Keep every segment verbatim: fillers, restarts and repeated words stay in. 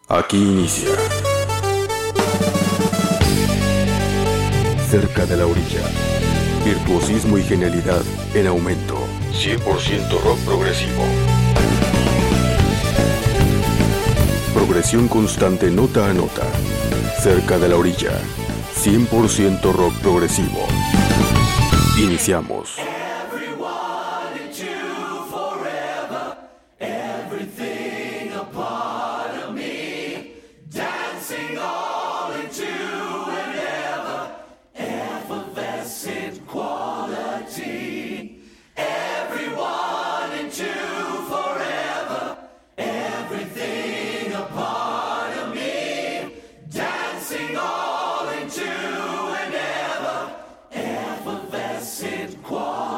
Aquí inicia Cerca de la Orilla. Virtuosismo y genialidad en aumento. cien por ciento rock progresivo. Progresión constante nota a nota. Cerca de la Orilla. cien por ciento rock progresivo. Iniciamos. Quality.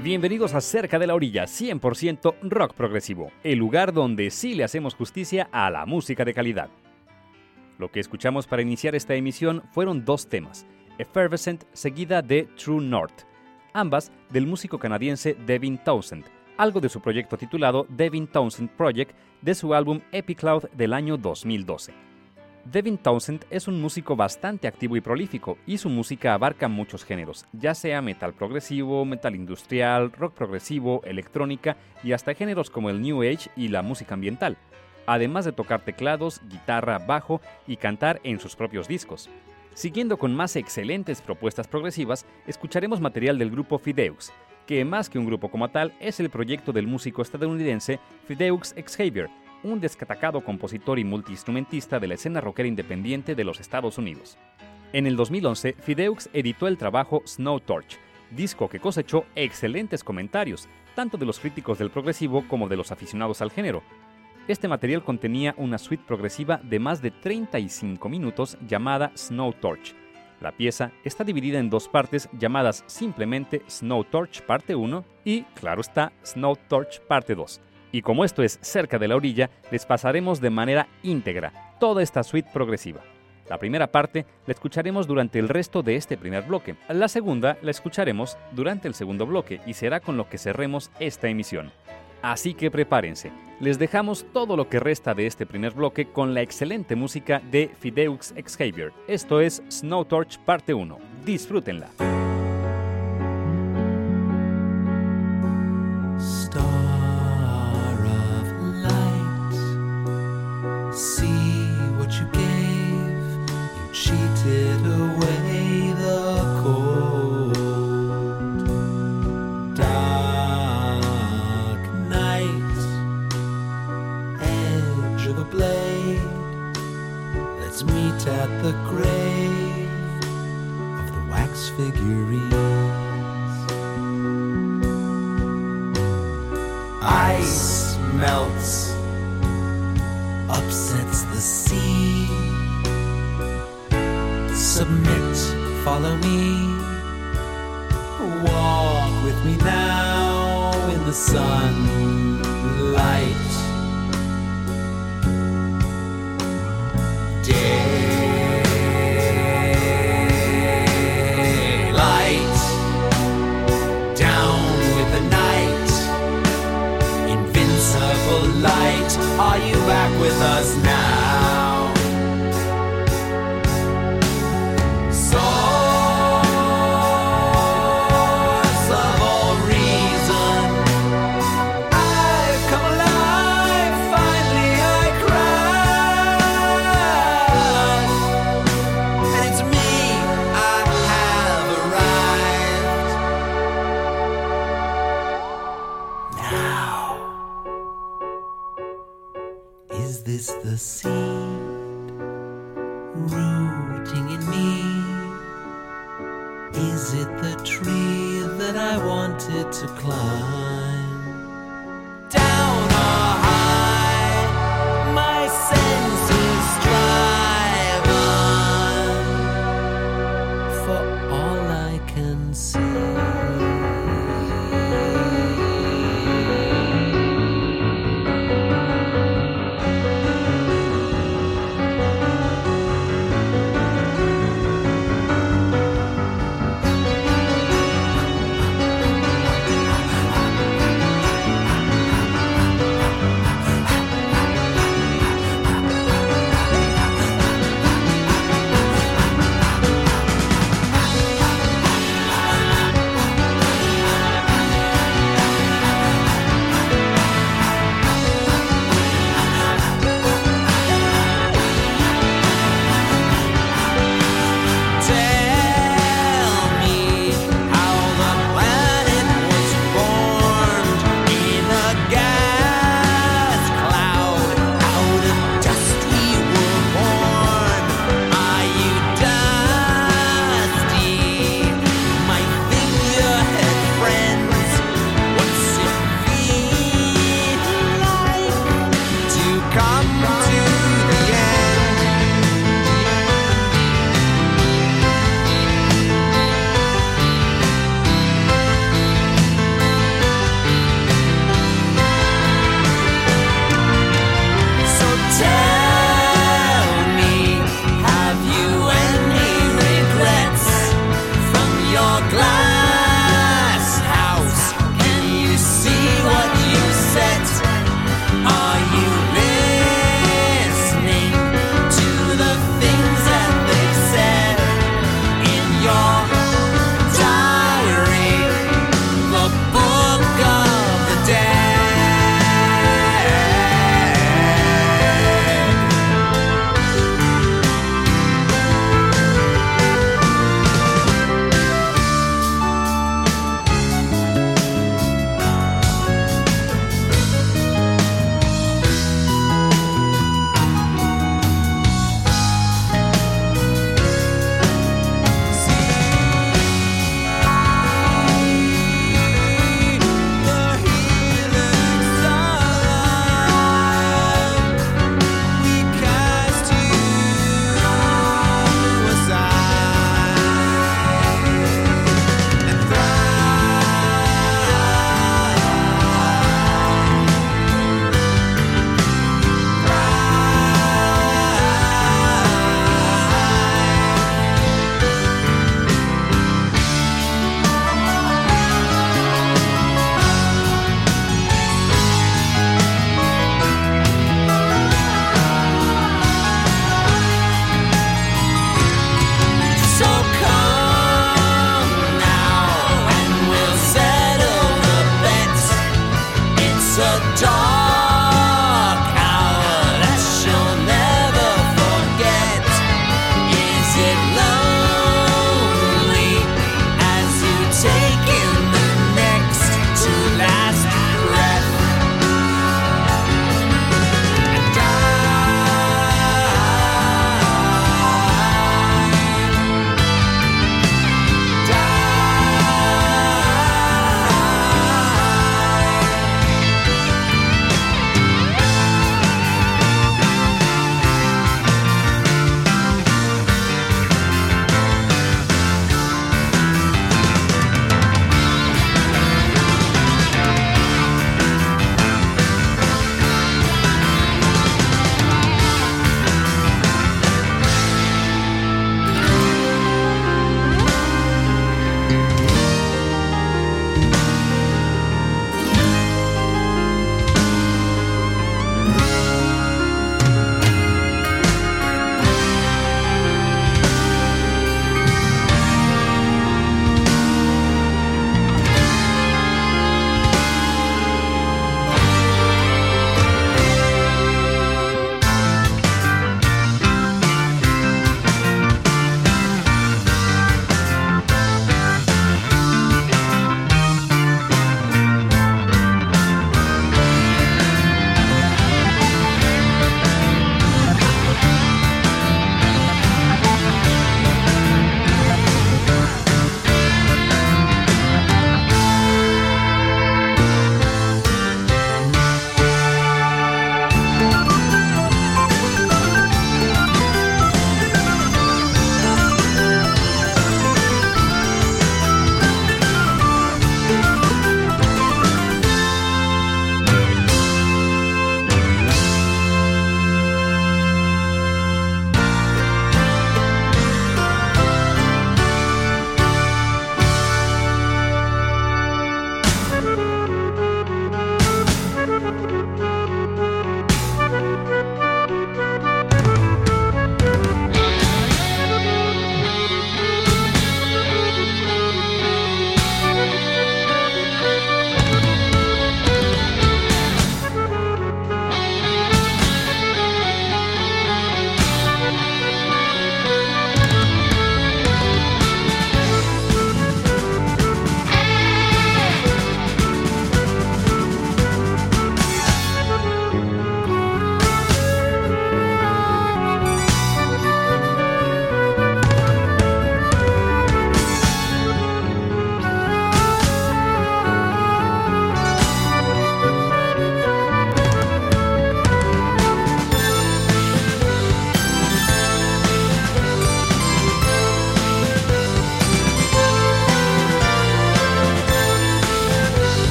Bienvenidos a Cerca de la Orilla, cien por ciento rock progresivo, el lugar donde sí le hacemos justicia a la música de calidad. Lo que escuchamos para iniciar esta emisión fueron dos temas, Effervescent seguida de True North, ambas del músico canadiense Devin Townsend, algo de su proyecto titulado Devin Townsend Project de su álbum Epicloud del año dos mil doce. Devin Townsend es un músico bastante activo y prolífico, y su música abarca muchos géneros, ya sea metal progresivo, metal industrial, rock progresivo, electrónica y hasta géneros como el New Age y la música ambiental, además de tocar teclados, guitarra, bajo y cantar en sus propios discos. Siguiendo con más excelentes propuestas progresivas, escucharemos material del grupo Fideux, que más que un grupo como tal es el proyecto del músico estadounidense Fideux Xavier, un destacado compositor y multiinstrumentista de la escena rockera independiente de los Estados Unidos. En el dos mil once, Fideux editó el trabajo Snow Torch, disco que cosechó excelentes comentarios, tanto de los críticos del progresivo como de los aficionados al género. Este material contenía una suite progresiva de más de treinta y cinco minutos llamada Snow Torch. La pieza está dividida en dos partes llamadas simplemente Snow Torch Parte uno y, claro está, Snow Torch Parte dos. Y como esto es Cerca de la Orilla, les pasaremos de manera íntegra toda esta suite progresiva. La primera parte la escucharemos durante el resto de este primer bloque. La segunda la escucharemos durante el segundo bloque y será con lo que cerremos esta emisión. Así que prepárense. Les dejamos todo lo que resta de este primer bloque con la excelente música de Fideux Xavier. Esto es Snow Torch Parte uno. Disfrútenla. See what you gave, you cheated away the cold. Dark night, edge of the blade, let's meet at the grave of the wax figurines. Ice melts, upsets the sea. Submit, follow me. Walk with me now in the sunlight. Daylight, down with the night. Invincible light, are you back with us now? Source of all reason, I've come alive, finally I cried. And it's me, I have arrived. Now, is this the seed rooting in me? Is it the tree that I wanted to climb? Down or high, my senses strive on, for all I can see.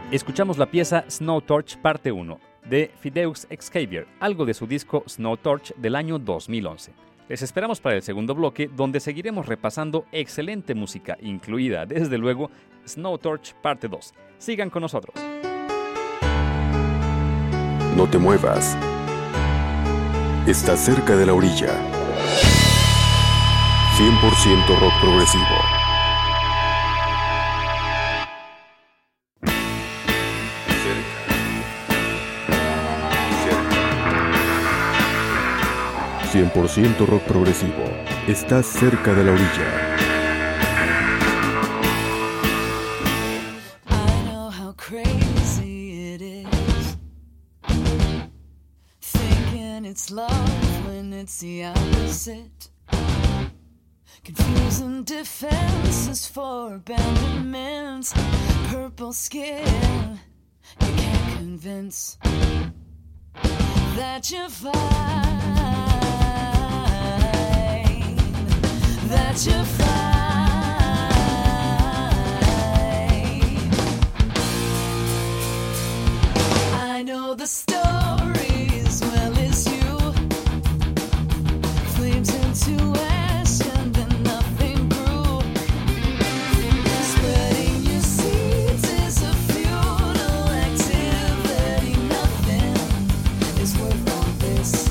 Escuchamos la pieza Snow Torch parte uno de Fideus Xavier, algo de su disco Snow Torch del año dos mil once. Les esperamos para el segundo bloque, donde seguiremos repasando excelente música, incluida, desde luego, Snow Torch parte dos. Sigan con nosotros. No te muevas. Estás cerca de la orilla. cien por ciento rock progresivo. cien por ciento rock progresivo. Estás cerca de la orilla. I know how crazy it is, thinking it's love when it's the opposite, confusing defenses for abandonment, purple skin, you can't convince that you're fine. That you're fine. I know the story as well as you. Flames into ash and then nothing grew. Spreading your seeds is a futile activity. Nothing is worth all this.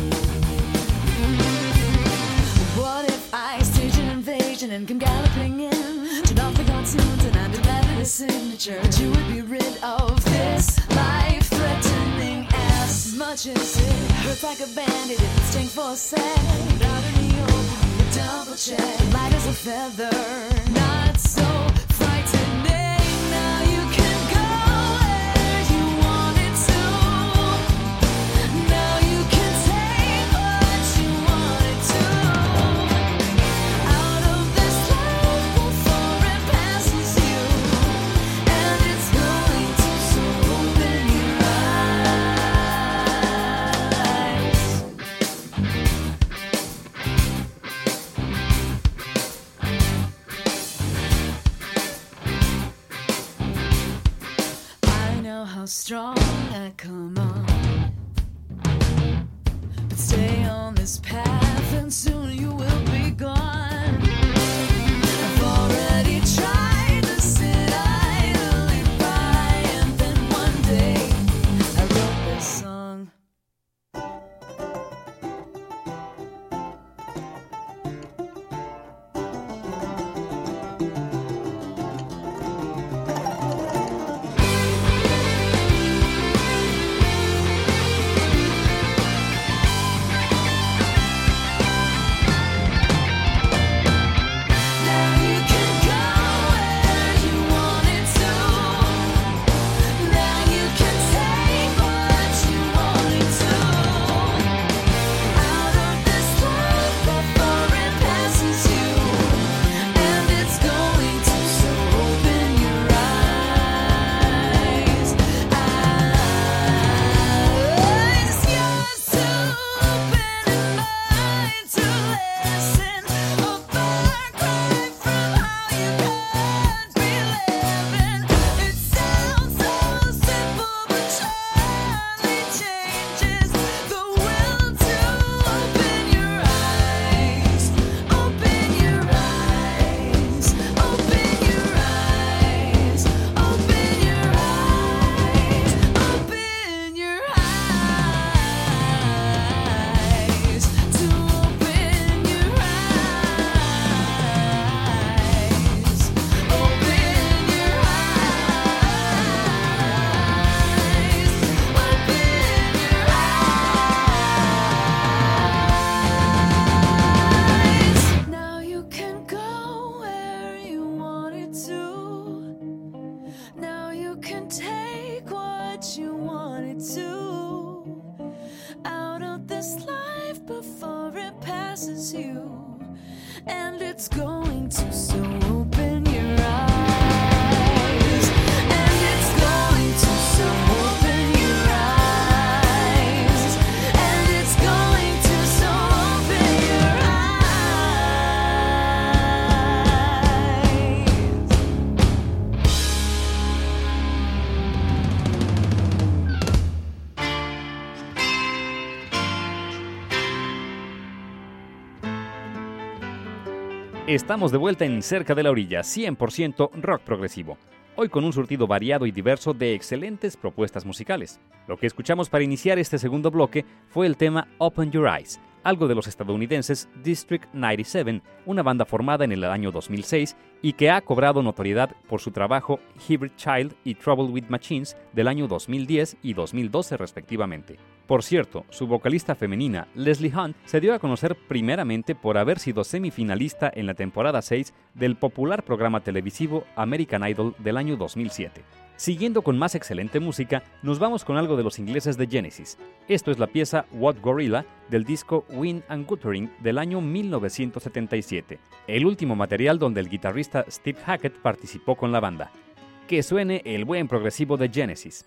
What if I stage an invasion and come galloping in? Turn off the cartoons and I deliver the signature. But you would be rid of this life-threatening as much as it hurts like a bandit. If it's stink for a sec, out in the open, you double check. Light as a feather, not so frightening. Now you can go where you wanted to. Now you can take what you wanted to. Out of this life before it passes you, and it's going to, so open your eyes. I know how strong I come on, but stay on this path and soon you will be gone. I've already tried to sit idly by, and then one day I wrote this song. Now you can go where you wanted to. Now you can take what you wanted to. Out of this life before it passes you, and it's going to, so open your eyes. Eyes, yours to open and mine to listen. A far cry from how you could be living. It sounds so simple, but surely changes the will to open your eyes. Open your eyes. Open your eyes. Open your eyes. Open your eyes. To open your eyes. Open your eyes. Now you can go where you wanted to. Now you can take what you wanted to. Out of this life before it passes you, and it's going to, so open your eyes. And it's going to, so open your eyes. And it's going to, so open your eyes. Estamos de vuelta en Cerca de la Orilla, cien por ciento rock progresivo. Hoy con un surtido variado y diverso de excelentes propuestas musicales. Lo que escuchamos para iniciar este segundo bloque fue el tema Open Your Eyes, algo de los estadounidenses District noventa y siete, una banda formada en el año dos mil seis y que ha cobrado notoriedad por su trabajo Hybrid Child y Trouble with Machines del año dos mil diez y dos mil doce respectivamente. Por cierto, su vocalista femenina, Leslie Hunt, se dio a conocer primeramente por haber sido semifinalista en la temporada seis del popular programa televisivo American Idol del año dos mil siete. Siguiendo con más excelente música, nos vamos con algo de los ingleses de Genesis. Esto es la pieza What Gorilla del disco Wind and Guttering del año mil novecientos setenta y siete, el último material donde el guitarrista Steve Hackett participó con la banda. Que suene el buen progresivo de Genesis.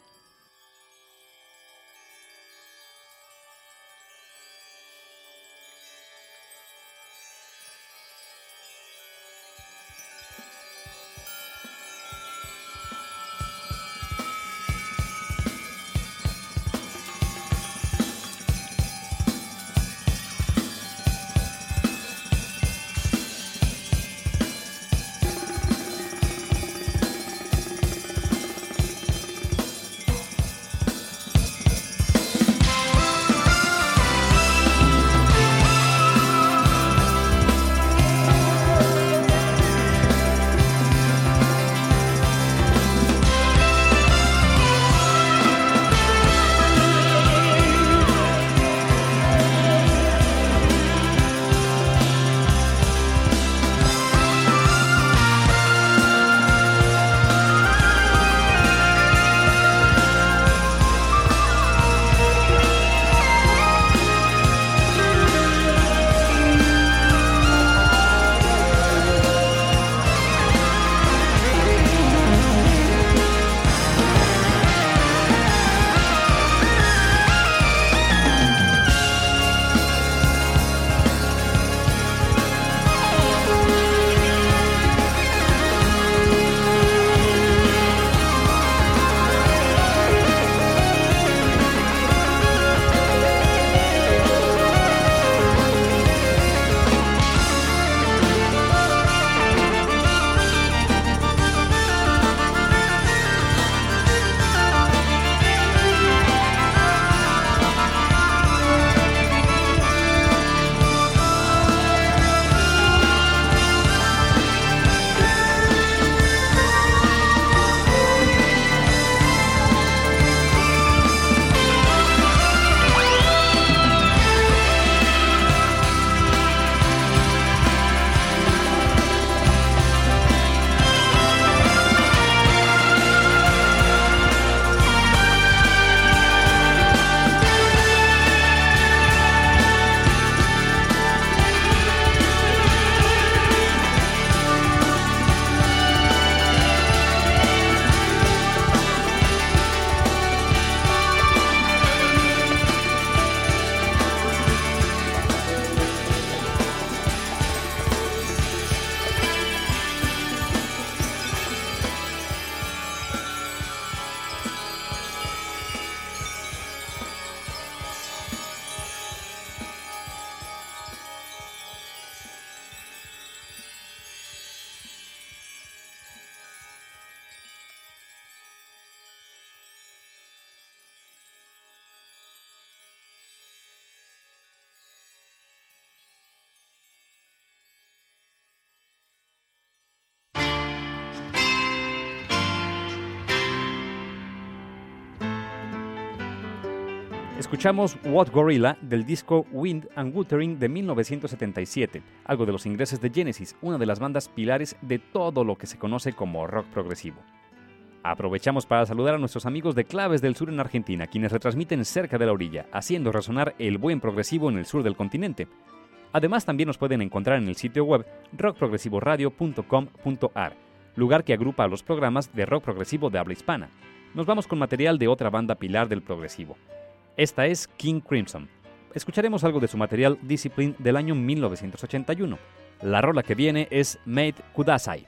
Escuchamos What Gorilla del disco Wind and Guttering de mil novecientos setenta y siete, algo de los ingleses de Genesis, una de las bandas pilares de todo lo que se conoce como rock progresivo. Aprovechamos para saludar a nuestros amigos de Claves del Sur en Argentina, quienes retransmiten Cerca de la Orilla, haciendo resonar el buen progresivo en el sur del continente. Además, también nos pueden encontrar en el sitio web rock progresivo radio punto com punto a r, lugar que agrupa a los programas de rock progresivo de habla hispana. Nos vamos con material de otra banda pilar del progresivo. Esta es King Crimson. Escucharemos algo de su material Discipline del año mil novecientos ochenta y uno. La rola que viene es Made Kudasai.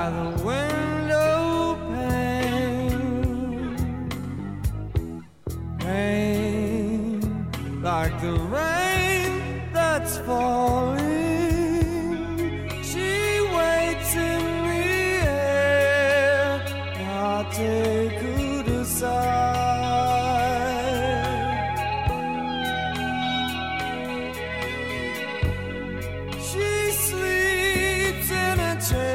by the window pane. Rain, like the rain that's falling. She waits in the air, I'll take her to side. She sleeps in a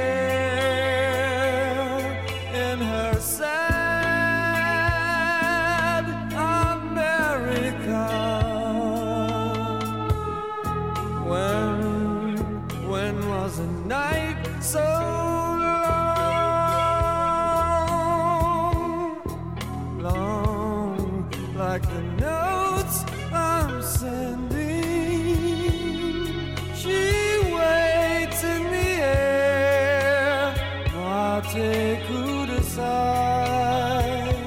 chair in her sad America. When, when was a night so long, long, like the notes I'm sending? She waits in the air, I'll take her to side.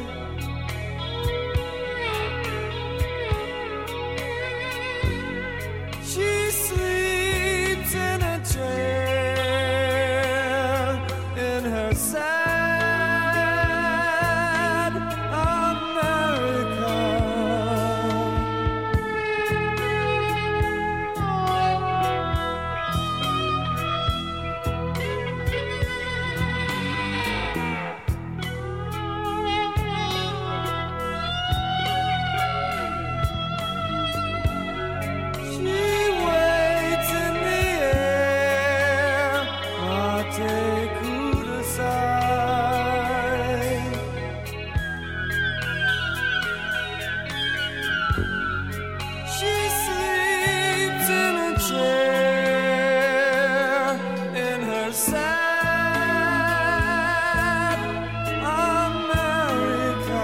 She sleeps in a chair in her sad America. She waits in the air, I'll take her to side. She sleeps in a chair in her sad America.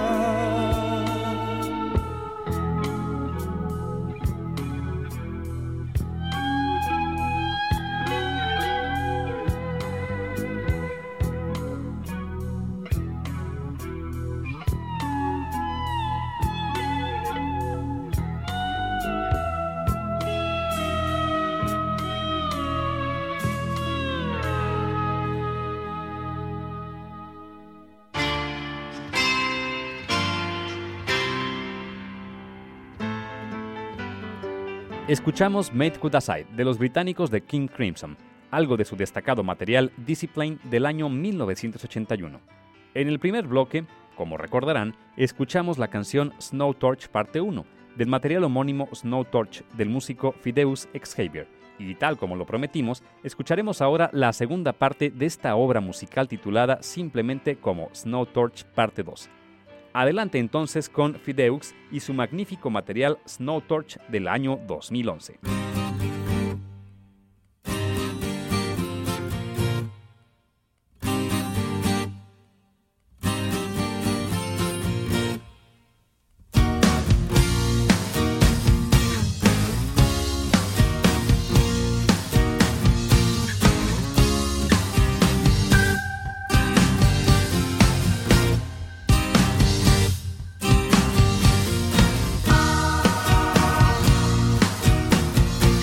Escuchamos Made Kudasai de los británicos de King Crimson, algo de su destacado material Discipline del año mil novecientos ochenta y uno. En el primer bloque, como recordarán, escuchamos la canción Snow Torch Parte uno, del material homónimo Snow Torch del músico Phideus Xavier. Y tal como lo prometimos, escucharemos ahora la segunda parte de esta obra musical titulada simplemente como Snow Torch Parte dos. Adelante entonces con Phideus y su magnífico material Snow Torch del año dos mil once. She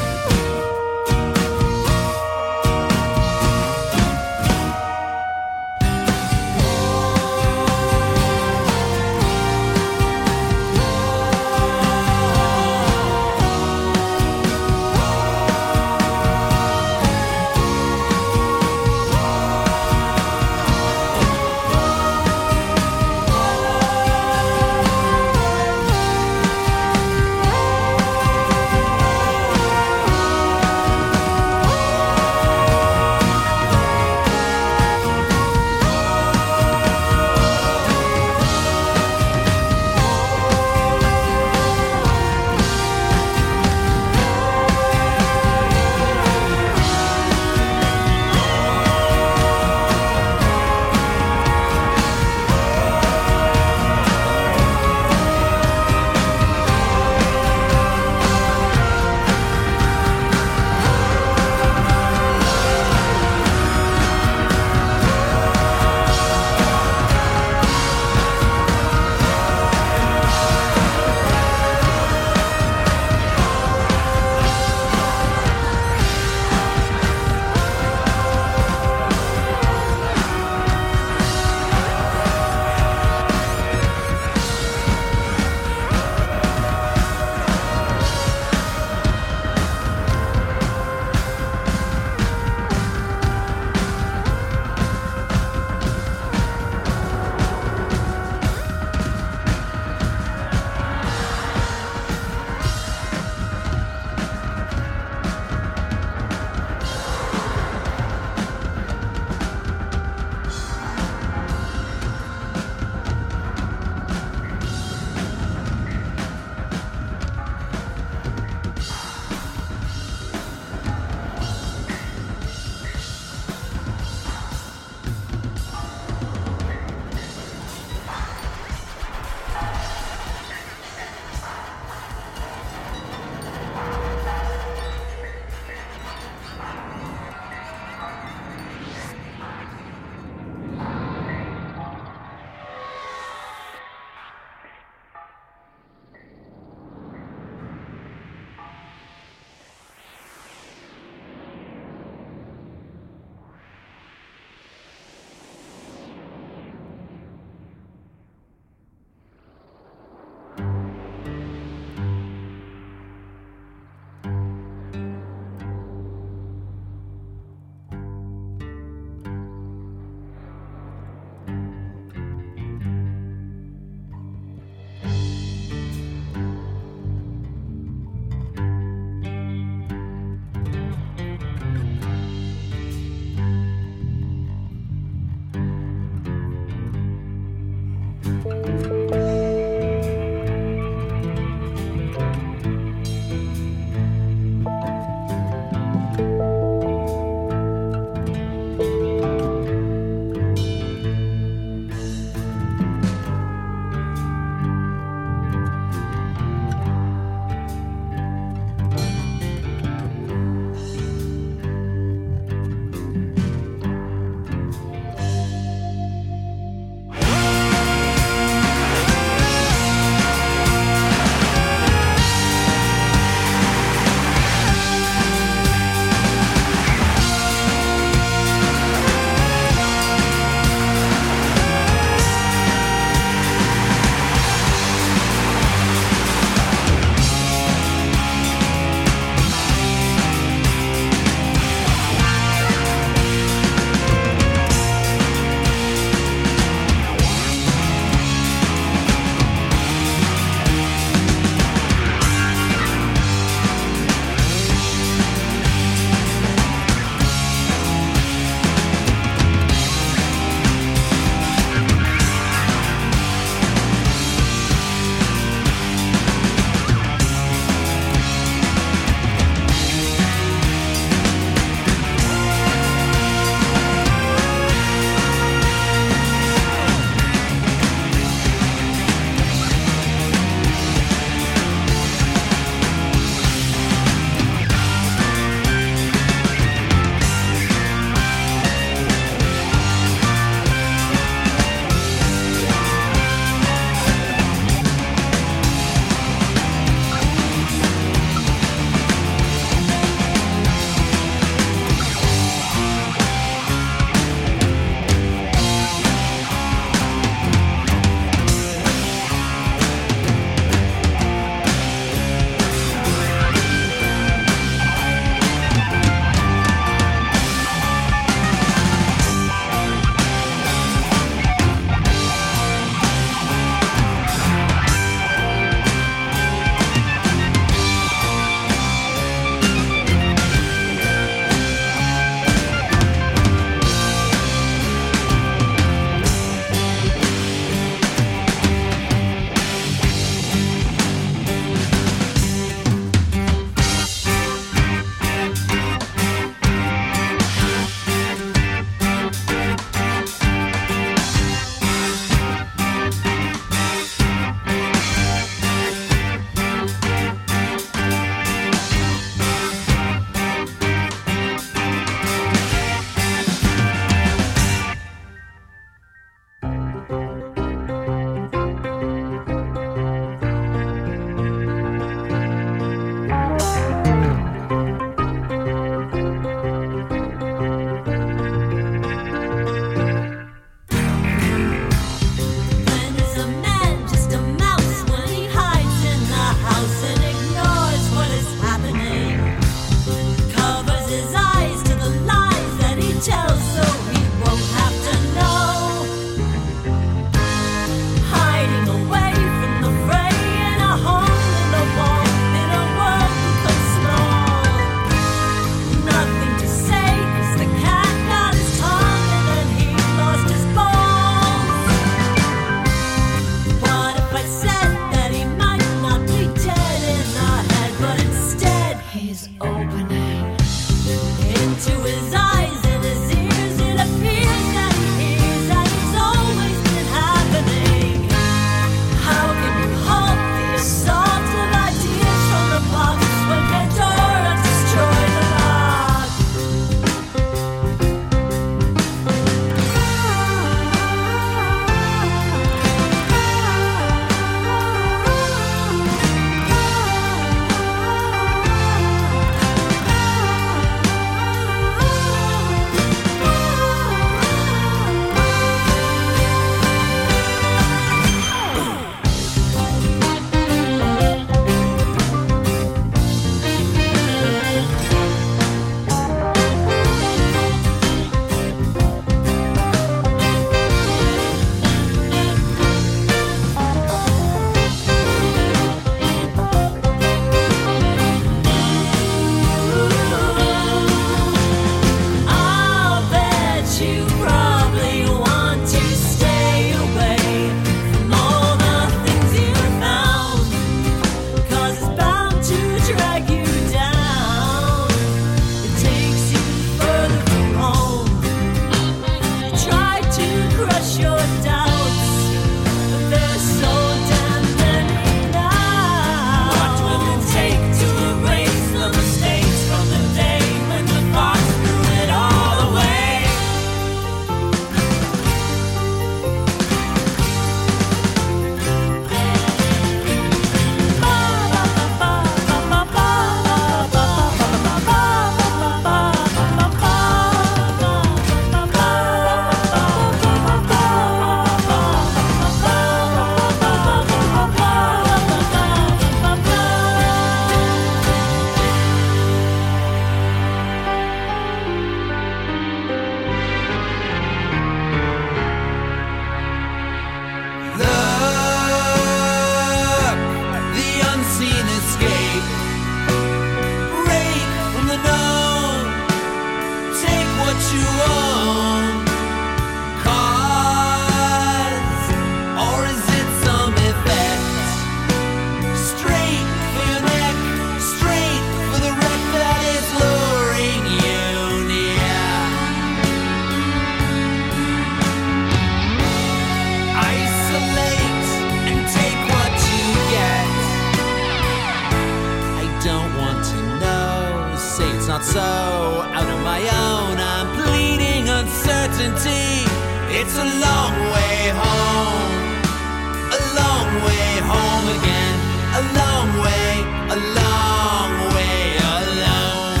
not so out on my own. I'm pleading uncertainty. It's a long way home, a long way home again, a long way, a long way alone.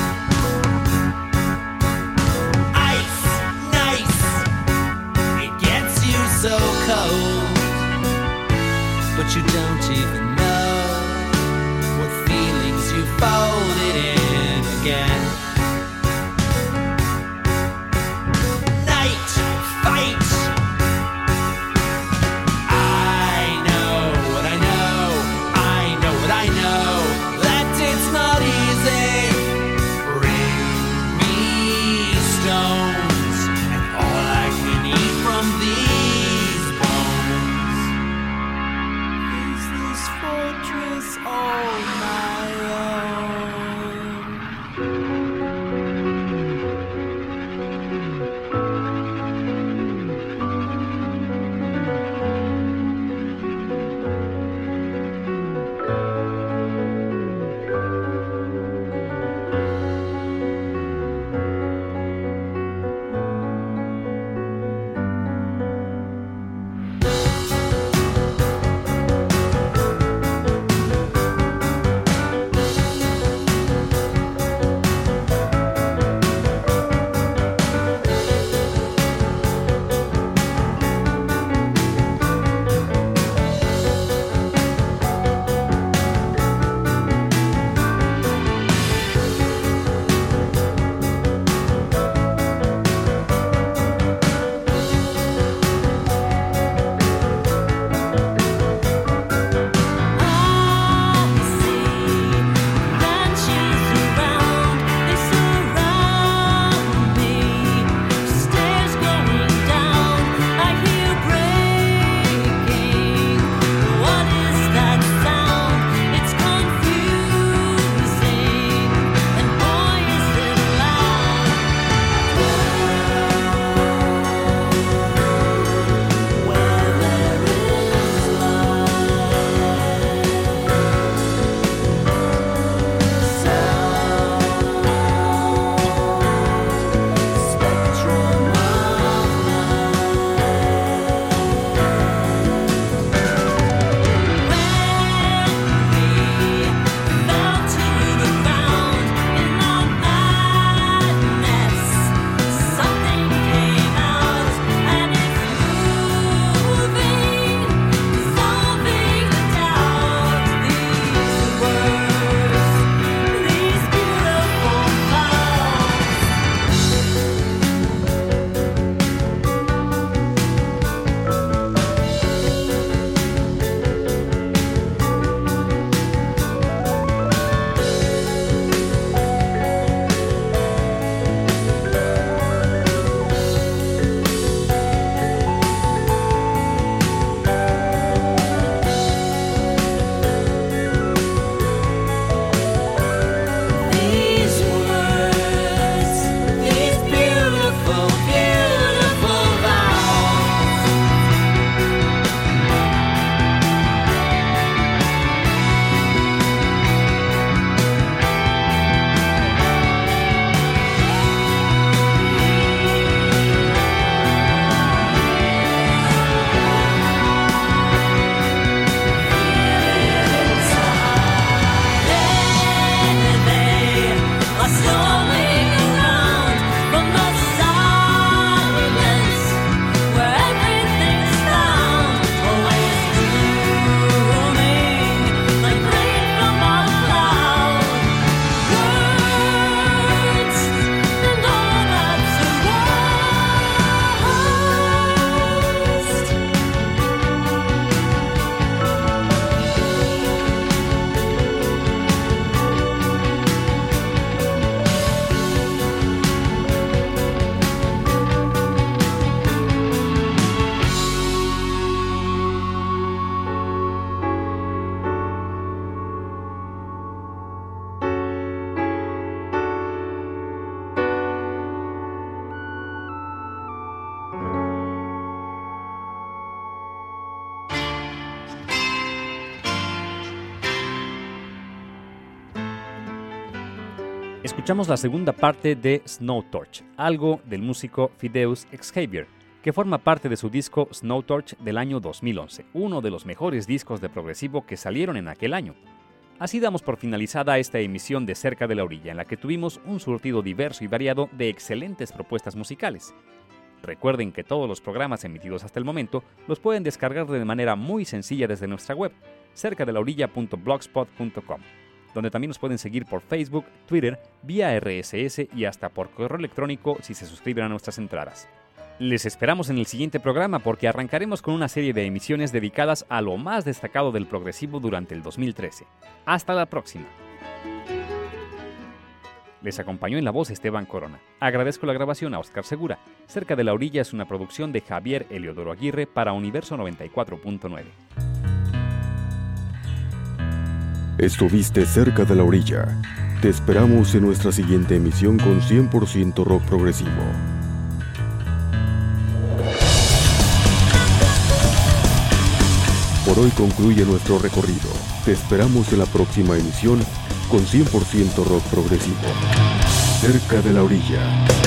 Ice, nice, it gets you so cold, but you don't even know what feelings you folded in again. Night, fight. I know what I know, I know what I know, that it's not easy. Bring me stones, and all I can eat from these bones is this Escuchamos la segunda parte de Snow Torch, algo del músico Phideus Xavier, que forma parte de su disco Snow Torch del año dos mil once, uno de los mejores discos de progresivo que salieron en aquel año. Así damos por finalizada esta emisión de Cerca de la Orilla, en la que tuvimos un surtido diverso y variado de excelentes propuestas musicales. Recuerden que todos los programas emitidos hasta el momento los pueden descargar de manera muy sencilla desde nuestra web, cerca de la orilla punto blogspot punto com, donde también nos pueden seguir por Facebook, Twitter, vía R S S y hasta por correo electrónico si se suscriben a nuestras entradas. Les esperamos en el siguiente programa porque arrancaremos con una serie de emisiones dedicadas a lo más destacado del progresivo durante el dos mil trece. Hasta la próxima. Les acompañó en la voz Esteban Corona. Agradezco la grabación a Oscar Segura. Cerca de la Orilla es una producción de Javier Eliodoro Aguirre para Universo noventa y cuatro punto nueve. Estuviste cerca de la orilla. Te esperamos en nuestra siguiente emisión con cien por ciento rock progresivo. Por hoy concluye nuestro recorrido. Te esperamos en la próxima emisión con cien por ciento rock progresivo. Cerca de la orilla.